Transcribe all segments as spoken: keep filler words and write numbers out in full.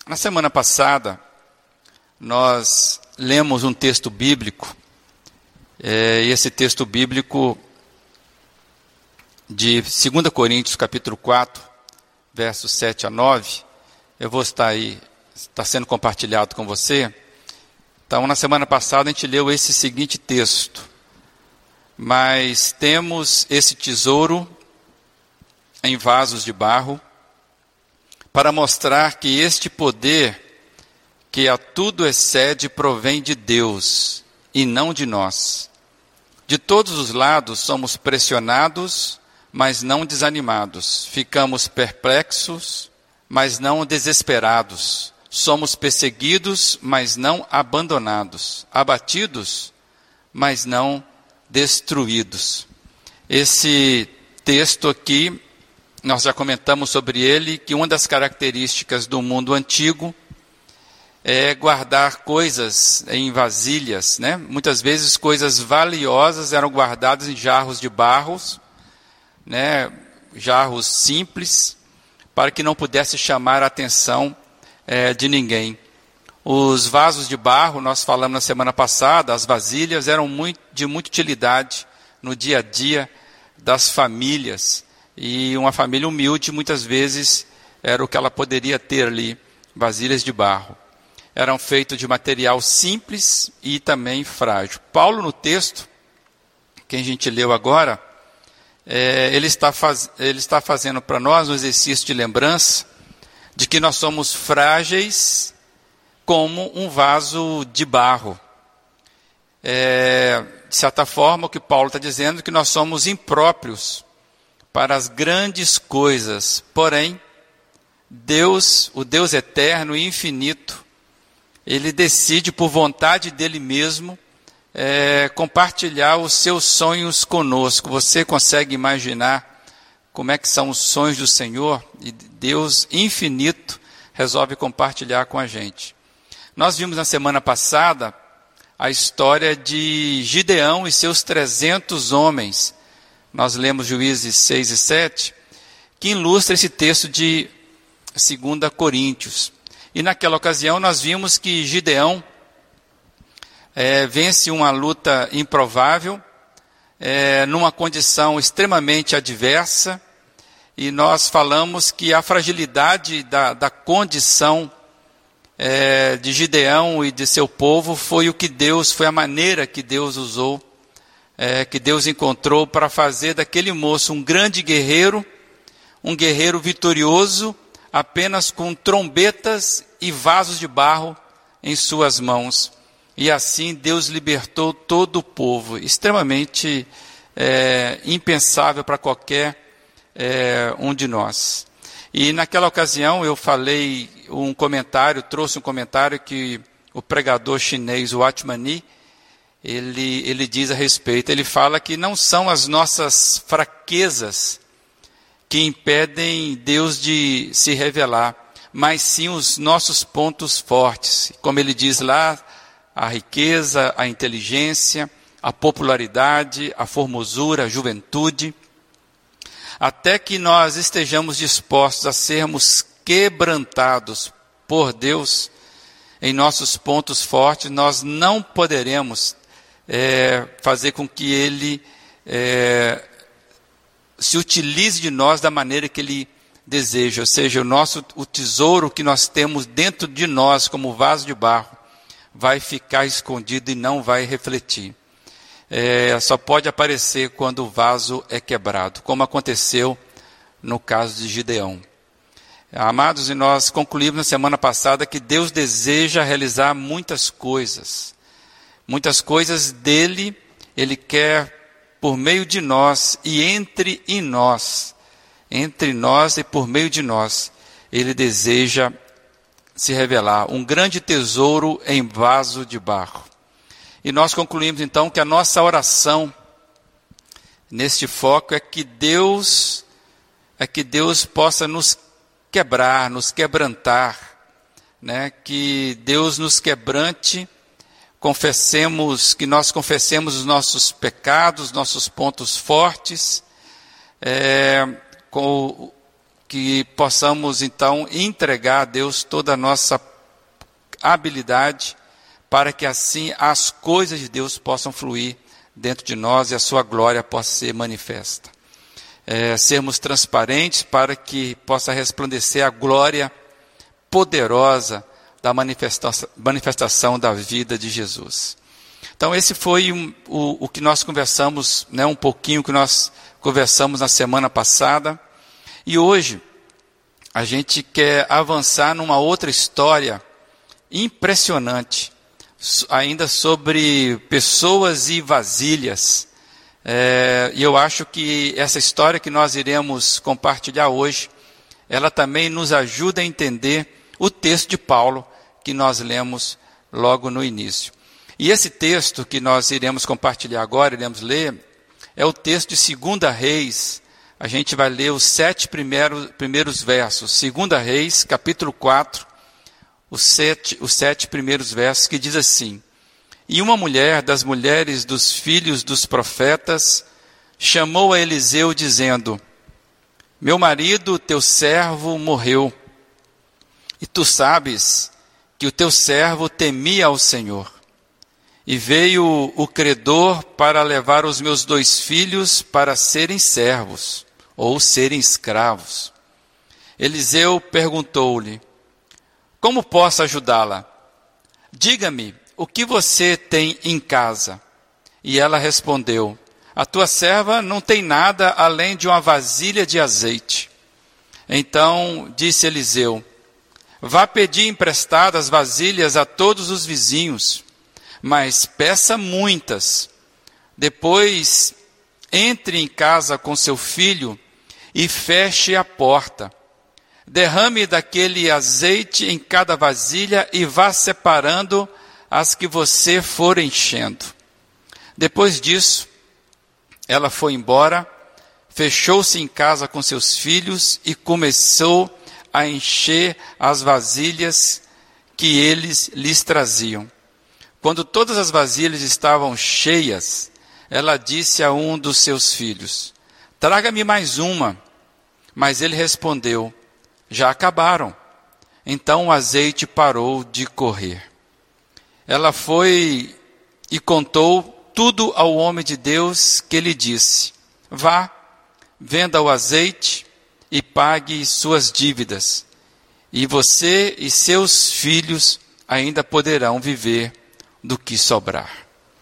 Na semana passada, nós lemos um texto bíblico, é, e esse texto bíblico de dois Coríntios, capítulo quatro, versos sete a nove, eu vou estar aí, está sendo compartilhado com você. Então, na semana passada, a gente leu esse seguinte texto: mas temos esse tesouro em vasos de barro, para mostrar que este poder, que a tudo excede, provém de Deus e não de nós. De todos os lados somos pressionados, mas não desanimados. Ficamos perplexos, mas não desesperados. Somos perseguidos, mas não abandonados. Abatidos, mas não destruídos. Esse texto aqui, nós já comentamos sobre ele, que uma das características do mundo antigo é guardar coisas em vasilhas, né? Muitas vezes coisas valiosas eram guardadas em jarros de barros, né? Jarros simples, para que não pudesse chamar a atenção é, de ninguém. Os vasos de barro, nós falamos na semana passada, as vasilhas eram muito, de muita utilidade no dia a dia das famílias. E uma família humilde, muitas vezes, era o que ela poderia ter ali, vasilhas de barro. Eram feitos de material simples e também frágil. Paulo, no texto, que a gente leu agora, é, ele, está faz, ele está fazendo para nós um exercício de lembrança de que nós somos frágeis como um vaso de barro. É, de certa forma, o que Paulo está dizendo é que nós somos impróprios para as grandes coisas. Porém, Deus, o Deus eterno e infinito, Ele decide, por vontade dEle mesmo, é, compartilhar os seus sonhos conosco. Você consegue imaginar como é que são os sonhos do Senhor? E Deus infinito resolve compartilhar com a gente. Nós vimos na semana passada a história de Gideão e seus trezentos homens. Nós lemos Juízes seis e sete, que ilustra esse texto de dois Coríntios. E naquela ocasião nós vimos que Gideão é, vence uma luta improvável, é, numa condição extremamente adversa, e nós falamos que a fragilidade da, da condição é, de Gideão e de seu povo foi o que Deus, foi a maneira que Deus usou, É, que Deus encontrou para fazer daquele moço um grande guerreiro, um guerreiro vitorioso, apenas com trombetas e vasos de barro em suas mãos. E assim Deus libertou todo o povo, extremamente é, impensável para qualquer é, um de nós. E naquela ocasião eu falei um comentário, trouxe um comentário que o pregador chinês, o Atmani, Ele, ele diz a respeito, ele fala que não são as nossas fraquezas que impedem Deus de se revelar, mas sim os nossos pontos fortes. Como ele diz lá, a riqueza, a inteligência, a popularidade, a formosura, a juventude. Até que nós estejamos dispostos a sermos quebrantados por Deus em nossos pontos fortes, nós não poderemos É, fazer com que Ele é, se utilize de nós da maneira que Ele deseja. Ou seja, o nosso o tesouro que nós temos dentro de nós, como vaso de barro, vai ficar escondido e não vai refletir. É, só pode aparecer quando o vaso é quebrado, como aconteceu no caso de Gideão. Amados, e nós concluímos na semana passada que Deus deseja realizar muitas coisas. Muitas coisas dele, Ele quer por meio de nós e entre em nós. Entre nós e por meio de nós, Ele deseja se revelar. Um grande tesouro em vaso de barro. E nós concluímos então que a nossa oração, neste foco, é que Deus, é que Deus possa nos quebrar, nos quebrantar, né? Que Deus nos quebrante, confessemos, que nós confessemos os nossos pecados, nossos pontos fortes, é, com, que possamos então entregar a Deus toda a nossa habilidade, para que assim as coisas de Deus possam fluir dentro de nós e a sua glória possa ser manifesta. É, sermos transparentes para que possa resplandecer a glória poderosa da manifestação, manifestação da vida de Jesus. Então esse foi um, o, o que nós conversamos, né, um pouquinho que nós conversamos na semana passada. E hoje a gente quer avançar numa outra história impressionante, ainda sobre pessoas e vasilhas. É, e eu acho que essa história que nós iremos compartilhar hoje, ela também nos ajuda a entender o texto de Paulo que nós lemos logo no início. E esse texto que nós iremos compartilhar agora, iremos ler, é o texto de Segunda Reis. A gente vai ler os sete primeiros, primeiros versos. Segunda Reis, capítulo quatro, os sete, os sete primeiros versos, que diz assim: E uma mulher das mulheres dos filhos dos profetas chamou a Eliseu, dizendo: Meu marido, teu servo, morreu. E tu sabes que o teu servo temia ao Senhor. E veio o credor para levar os meus dois filhos para serem servos, ou serem escravos. Eliseu perguntou-lhe: Como posso ajudá-la? Diga-me, o que você tem em casa? E ela respondeu: A tua serva não tem nada além de uma vasilha de azeite. Então disse Eliseu: Vá pedir emprestadas vasilhas a todos os vizinhos, mas peça muitas. Depois entre em casa com seu filho e feche a porta. Derrame daquele azeite em cada vasilha e vá separando as que você for enchendo. Depois disso, ela foi embora, fechou-se em casa com seus filhos e começou a encher as vasilhas que eles lhes traziam. Quando todas as vasilhas estavam cheias, ela disse a um dos seus filhos: Traga-me mais uma. Mas ele respondeu: Já acabaram. Então o azeite parou de correr. Ela foi e contou tudo ao homem de Deus, que lhe disse: Vá, venda o azeite e pague suas dívidas, e você e seus filhos ainda poderão viver do que sobrar.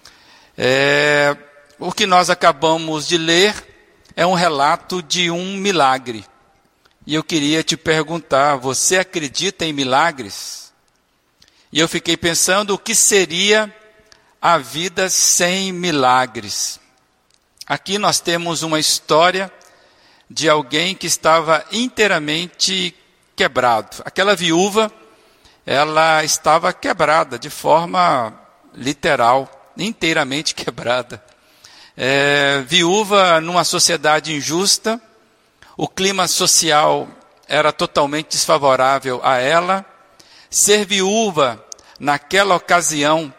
É, o que nós acabamos de ler é um relato de um milagre. E eu queria te perguntar: você acredita em milagres? E eu fiquei pensando, o que seria a vida sem milagres? Aqui nós temos uma história de alguém que estava inteiramente quebrado. Aquela viúva, ela estava quebrada de forma literal, inteiramente quebrada. É, viúva numa sociedade injusta, o clima social era totalmente desfavorável a ela. Ser viúva naquela ocasião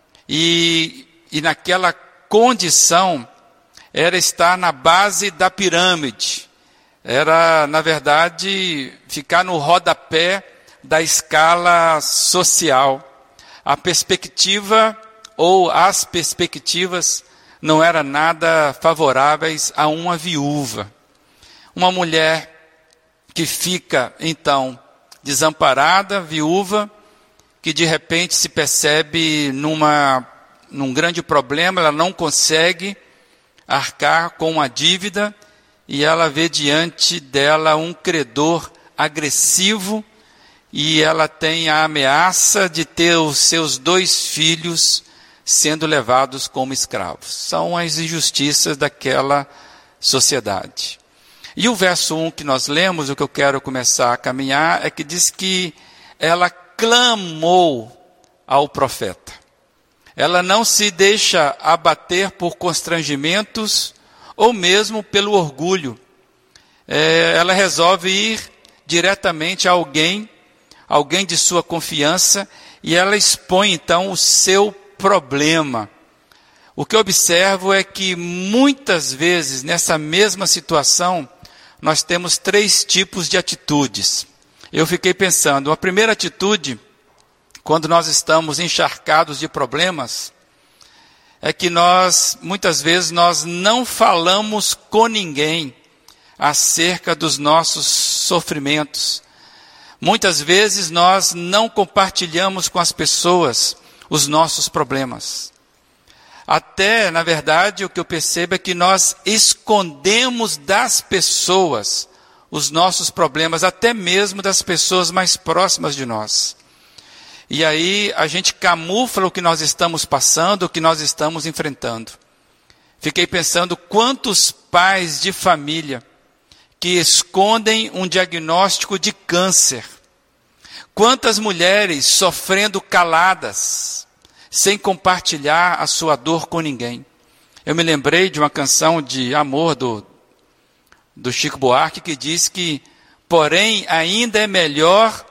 e, e naquela condição era estar na base da pirâmide. Era, na verdade, ficar no rodapé da escala social. A perspectiva ou as perspectivas não eram nada favoráveis a uma viúva. Uma mulher que fica, então, desamparada, viúva, que de repente se percebe numa, num grande problema, ela não consegue arcar com uma dívida, e ela vê diante dela um credor agressivo, e ela tem a ameaça de ter os seus dois filhos sendo levados como escravos. São as injustiças daquela sociedade. E o verso um que nós lemos, o que eu quero começar a caminhar, é que diz que ela clamou ao profeta. Ela não se deixa abater por constrangimentos ou mesmo pelo orgulho. É, ela resolve ir diretamente a alguém, alguém de sua confiança, e ela expõe então o seu problema. O que eu observo é que muitas vezes nessa mesma situação, nós temos três tipos de atitudes. Eu fiquei pensando, a primeira atitude, quando nós estamos encharcados de problemas, é que nós, muitas vezes, nós não falamos com ninguém acerca dos nossos sofrimentos. Muitas vezes nós não compartilhamos com as pessoas os nossos problemas. Até, na verdade, o que eu percebo é que nós escondemos das pessoas os nossos problemas, até mesmo das pessoas mais próximas de nós. E aí a gente camufla o que nós estamos passando, o que nós estamos enfrentando. Fiquei pensando quantos pais de família que escondem um diagnóstico de câncer. Quantas mulheres sofrendo caladas, sem compartilhar a sua dor com ninguém. Eu me lembrei de uma canção de amor do, do Chico Buarque, que diz que, porém, ainda é melhor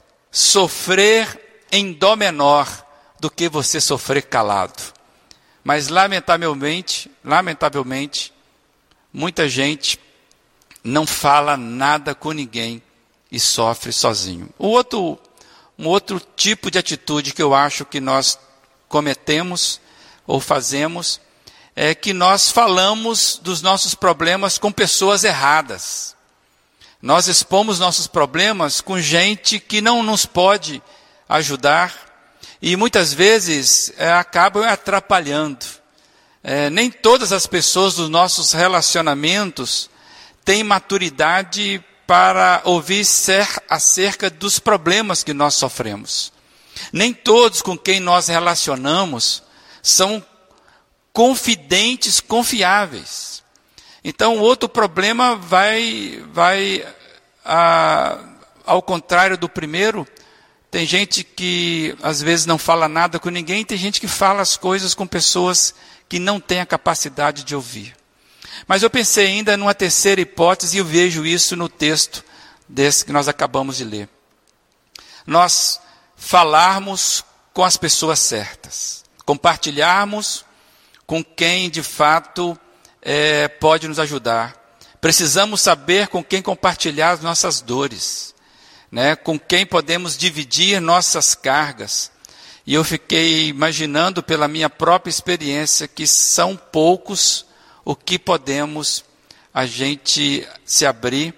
sofrer em dó menor do que você sofrer calado. Mas, lamentavelmente, lamentavelmente, muita gente não fala nada com ninguém e sofre sozinho. O outro, um outro tipo de atitude que eu acho que nós cometemos ou fazemos é que nós falamos dos nossos problemas com pessoas erradas. Nós expomos nossos problemas com gente que não nos pode ajudar e muitas vezes é, acabam atrapalhando. É, nem todas as pessoas dos nossos relacionamentos têm maturidade para ouvir ser acerca dos problemas que nós sofremos. Nem todos com quem nós relacionamos são confidentes, confiáveis. Então, outro problema vai, vai a, ao contrário do primeiro. Tem gente que às vezes não fala nada com ninguém, tem gente que fala as coisas com pessoas que não têm a capacidade de ouvir. Mas eu pensei ainda numa terceira hipótese e eu vejo isso no texto desse que nós acabamos de ler. Nós falarmos com as pessoas certas, compartilharmos com quem de fato é, pode nos ajudar. Precisamos saber com quem compartilhar as nossas dores, né? Com quem podemos dividir nossas cargas. E eu fiquei imaginando pela minha própria experiência que são poucos o que podemos a gente se abrir,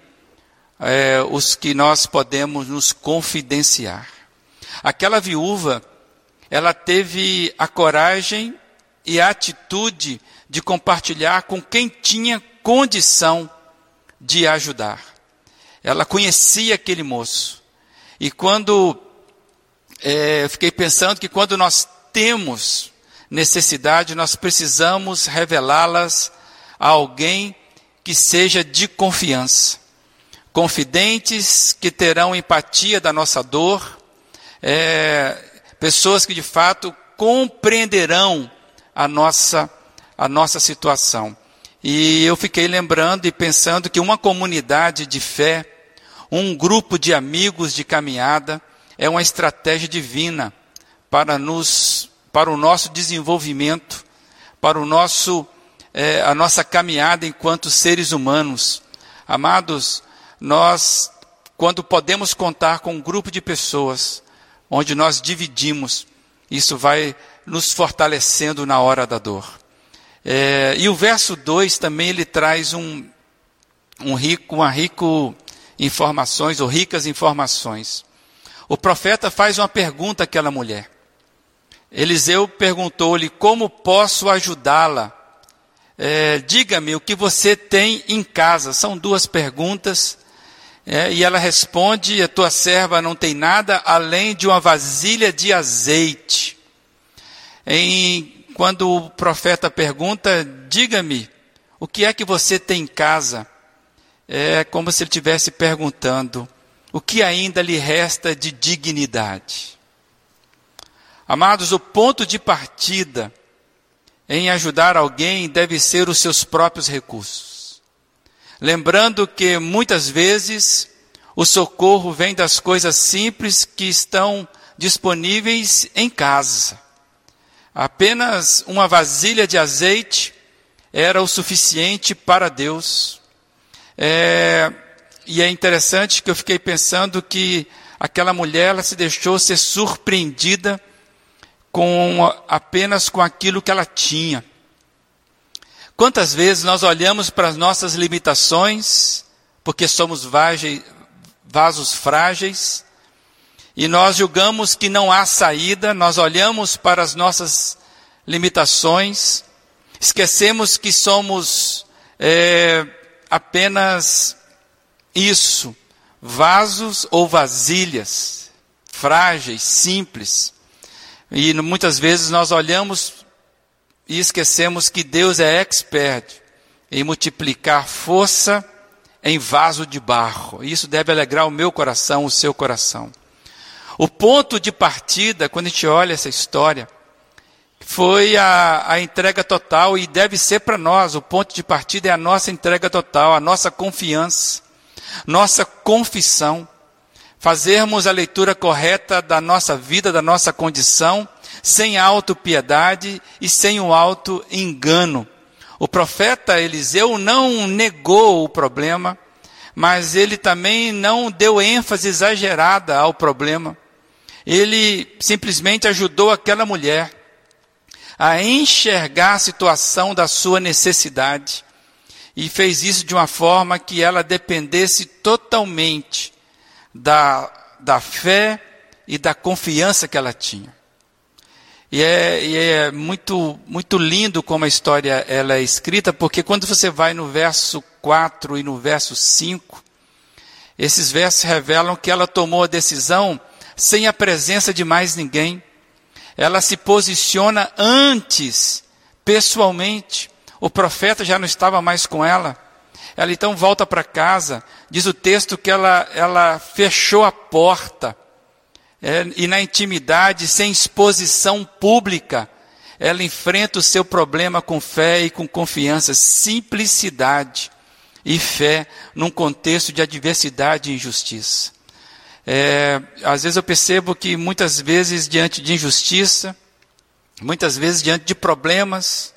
é, os que nós podemos nos confidenciar. Aquela viúva, ela teve a coragem e a atitude de compartilhar com quem tinha condição de ajudar. Ela conhecia aquele moço. E quando, é, eu fiquei pensando que quando nós temos necessidade, nós precisamos revelá-las a alguém que seja de confiança. Confidentes que terão empatia da nossa dor, é, pessoas que de fato compreenderão a nossa, a nossa situação. E eu fiquei lembrando e pensando que uma comunidade de fé, um grupo de amigos de caminhada, é uma estratégia divina para, nos, para o nosso desenvolvimento, para o nosso, é, a nossa caminhada enquanto seres humanos. Amados, nós, quando podemos contar com um grupo de pessoas, onde nós dividimos, isso vai nos fortalecendo na hora da dor. É, e o verso dois também ele traz um, um rico, uma rico informações, ou ricas informações. O profeta faz uma pergunta àquela mulher. Eliseu perguntou-lhe, como posso ajudá-la? É, diga-me o que você tem em casa. São duas perguntas. É, e ela responde, a tua serva não tem nada além de uma vasilha de azeite. Em, quando o profeta pergunta, diga-me, o que é que você tem em casa? É como se ele estivesse perguntando, o que ainda lhe resta de dignidade? Amados, o ponto de partida em ajudar alguém deve ser os seus próprios recursos. Lembrando que muitas vezes o socorro vem das coisas simples que estão disponíveis em casa. Apenas uma vasilha de azeite era o suficiente para Deus. É, e é interessante que eu fiquei pensando que aquela mulher, ela se deixou ser surpreendida com apenas com aquilo que ela tinha. Quantas vezes nós olhamos para as nossas limitações, porque somos vasos frágeis, e nós julgamos que não há saída, nós olhamos para as nossas limitações, esquecemos que somos é, apenas isso, vasos ou vasilhas, frágeis, simples. E muitas vezes nós olhamos e esquecemos que Deus é expert em multiplicar força em vaso de barro. Isso deve alegrar o meu coração, o seu coração. O ponto de partida, quando a gente olha essa história, foi a, a entrega total, e deve ser para nós. O ponto de partida é a nossa entrega total, a nossa confiança, nossa confissão. Fazermos a leitura correta da nossa vida, da nossa condição, sem autopiedade e sem o auto-engano. O profeta Eliseu não negou o problema, mas ele também não deu ênfase exagerada ao problema. Ele simplesmente ajudou aquela mulher a enxergar a situação da sua necessidade e fez isso de uma forma que ela dependesse totalmente da, da fé e da confiança que ela tinha. E é, e é muito, muito lindo como a história ela é escrita, porque quando você vai no verso quatro e no verso cinco, esses versos revelam que ela tomou a decisão sem a presença de mais ninguém. Ela se posiciona antes, pessoalmente. O profeta já não estava mais com ela. Ela então volta para casa. Diz o texto que ela, ela fechou a porta. É, e na intimidade, sem exposição pública, ela enfrenta o seu problema com fé e com confiança, simplicidade e fé num contexto de adversidade e injustiça. É, às vezes eu percebo que muitas vezes diante de injustiça, muitas vezes diante de problemas,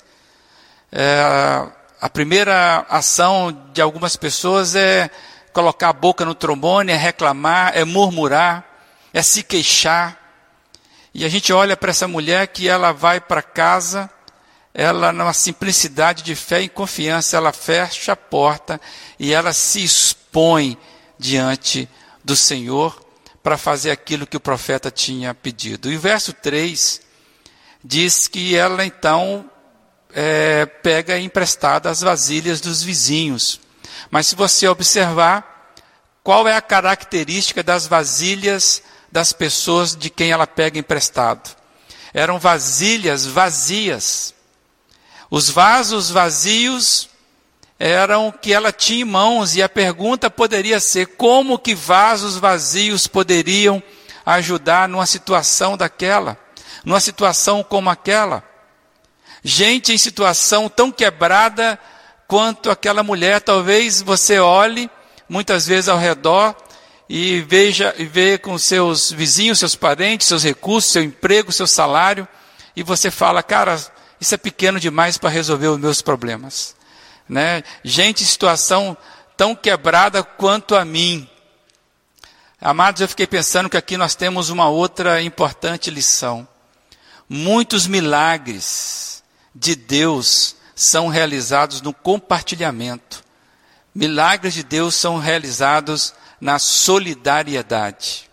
é, a primeira ação de algumas pessoas é colocar a boca no trombone, é reclamar, é murmurar, é se queixar. E a gente olha para essa mulher que ela vai para casa, ela numa simplicidade de fé e confiança, ela fecha a porta e ela se expõe diante do Senhor para fazer aquilo que o profeta tinha pedido. E o verso três diz que ela então é, pega emprestada as vasilhas dos vizinhos. Mas se você observar, qual é a característica das vasilhas das pessoas de quem ela pega emprestado? Eram vasilhas vazias. Os vasos vazios eram que ela tinha em mãos, e a pergunta poderia ser: como que vasos vazios poderiam ajudar numa situação daquela? Numa situação como aquela? Gente em situação tão quebrada quanto aquela mulher. Talvez você olhe muitas vezes ao redor e veja e vê com seus vizinhos, seus parentes, seus recursos, seu emprego, seu salário, e você fala: cara, isso é pequeno demais para resolver os meus problemas. Né? Gente em situação tão quebrada quanto a mim. Amados, eu fiquei pensando que aqui nós temos uma outra importante lição. Muitos milagres de Deus são realizados no compartilhamento. Milagres de Deus são realizados na solidariedade.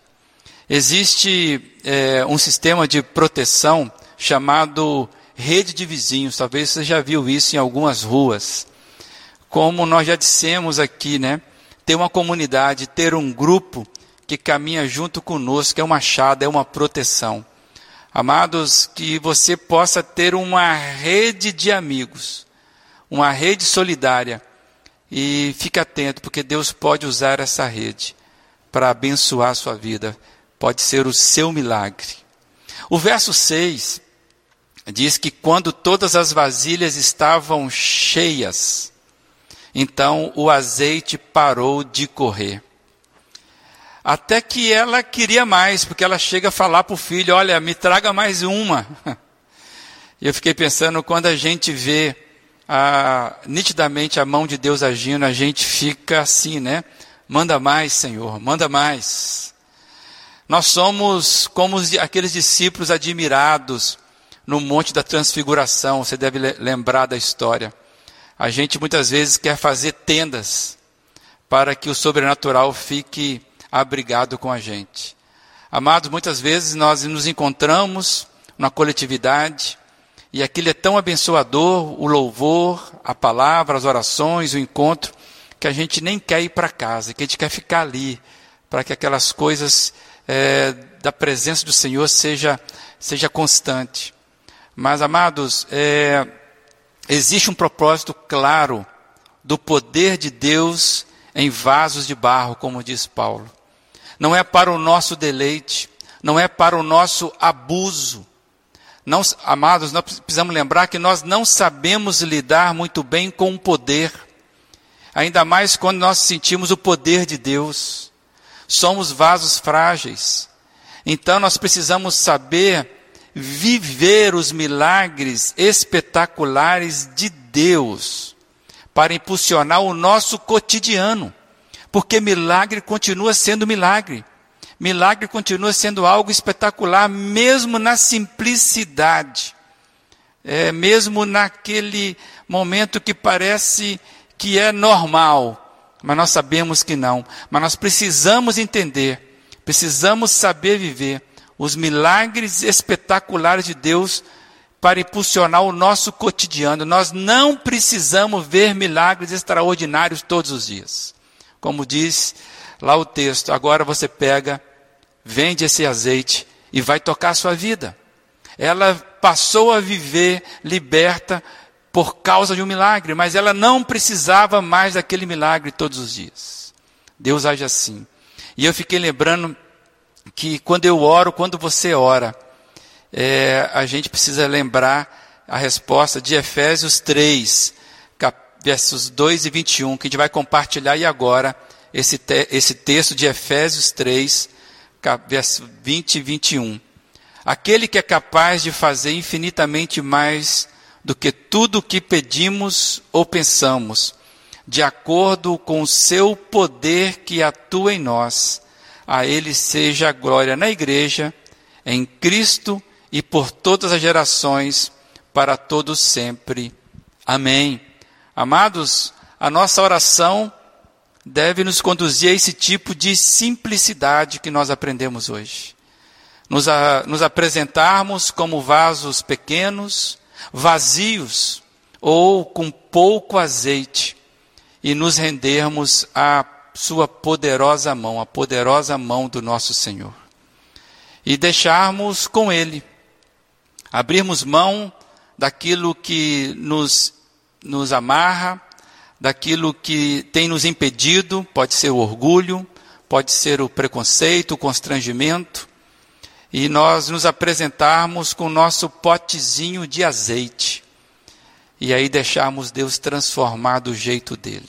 Existe é, um sistema de proteção chamado rede de vizinhos. Talvez você já viu isso em algumas ruas. Como nós já dissemos aqui, né? Ter uma comunidade, ter um grupo que caminha junto conosco é uma machado, é uma proteção. Amados, que você possa ter uma rede de amigos, uma rede solidária. E fique atento, porque Deus pode usar essa rede para abençoar a sua vida. Pode ser o seu milagre. O verso seis diz que quando todas as vasilhas estavam cheias, então o azeite parou de correr. Até que ela queria mais, porque ela chega a falar para o filho: olha, me traga mais uma. E eu fiquei pensando, quando a gente vê a, nitidamente a mão de Deus agindo, a gente fica assim, né? Manda mais, Senhor, manda mais. Nós somos como os, aqueles discípulos admirados no Monte da Transfiguração. Você deve lembrar da história. A gente muitas vezes quer fazer tendas para que o sobrenatural fique abrigado com a gente. Amados, muitas vezes nós nos encontramos na coletividade e aquilo é tão abençoador, o louvor, a palavra, as orações, o encontro, que a gente nem quer ir para casa, que a gente quer ficar ali, para que aquelas coisas é, da presença do Senhor seja, seja constante. Mas, amados, é, existe um propósito claro do poder de Deus em vasos de barro, como diz Paulo. Não é para o nosso deleite, não é para o nosso abuso. Não, amados, nós precisamos lembrar que nós não sabemos lidar muito bem com o poder. Ainda mais quando nós sentimos o poder de Deus. Somos vasos frágeis. Então nós precisamos saber viver os milagres espetaculares de Deus para impulsionar o nosso cotidiano. Porque milagre continua sendo milagre. Milagre continua sendo algo espetacular, mesmo na simplicidade. É, mesmo naquele momento que parece que é normal. Mas nós sabemos que não. Mas nós precisamos entender, precisamos saber viver os milagres espetaculares de Deus para impulsionar o nosso cotidiano. Nós não precisamos ver milagres extraordinários todos os dias. Como diz lá o texto, agora você pega, vende esse azeite e vai tocar a sua vida. Ela passou a viver liberta por causa de um milagre, mas ela não precisava mais daquele milagre todos os dias. Deus age assim. E eu fiquei lembrando que quando eu oro, quando você ora, é, a gente precisa lembrar a resposta de Efésios três, versos dois e vinte e um, que a gente vai compartilhar aí agora, esse, te, esse texto de Efésios três, versos vinte e vinte e um. Aquele que é capaz de fazer infinitamente mais do que tudo o que pedimos ou pensamos, de acordo com o seu poder que atua em nós, a ele seja a glória na igreja, em Cristo e por todas as gerações, para todos sempre. Amém. Amados, a nossa oração deve nos conduzir a esse tipo de simplicidade que nós aprendemos hoje. Nos, a, nos apresentarmos como vasos pequenos, vazios ou com pouco azeite e nos rendermos à sua poderosa mão, a poderosa mão do nosso Senhor. E deixarmos com Ele, abrirmos mão daquilo que nos nos amarra, daquilo que tem nos impedido, pode ser o orgulho, pode ser o preconceito, o constrangimento, e nós nos apresentarmos com o nosso potezinho de azeite, e aí deixarmos Deus transformar do jeito dele.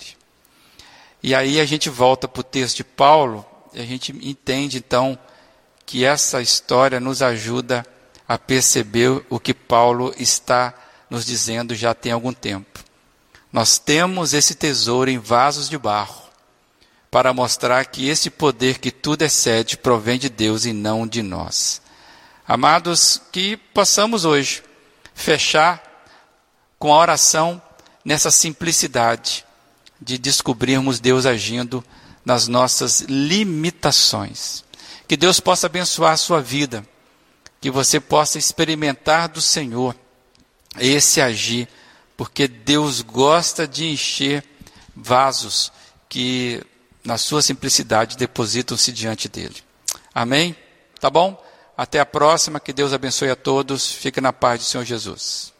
E aí a gente volta para o texto de Paulo, e a gente entende então que essa história nos ajuda a perceber o que Paulo está nos dizendo já tem algum tempo. Nós temos esse tesouro em vasos de barro para mostrar que esse poder que tudo excede provém de Deus e não de nós. Amados, que possamos hoje fechar com a oração nessa simplicidade de descobrirmos Deus agindo nas nossas limitações. Que Deus possa abençoar a sua vida, que você possa experimentar do Senhor esse agir, porque Deus gosta de encher vasos que, na sua simplicidade, depositam-se diante dele. Amém? Tá bom? Até a próxima, que Deus abençoe a todos. Fique na paz do Senhor Jesus.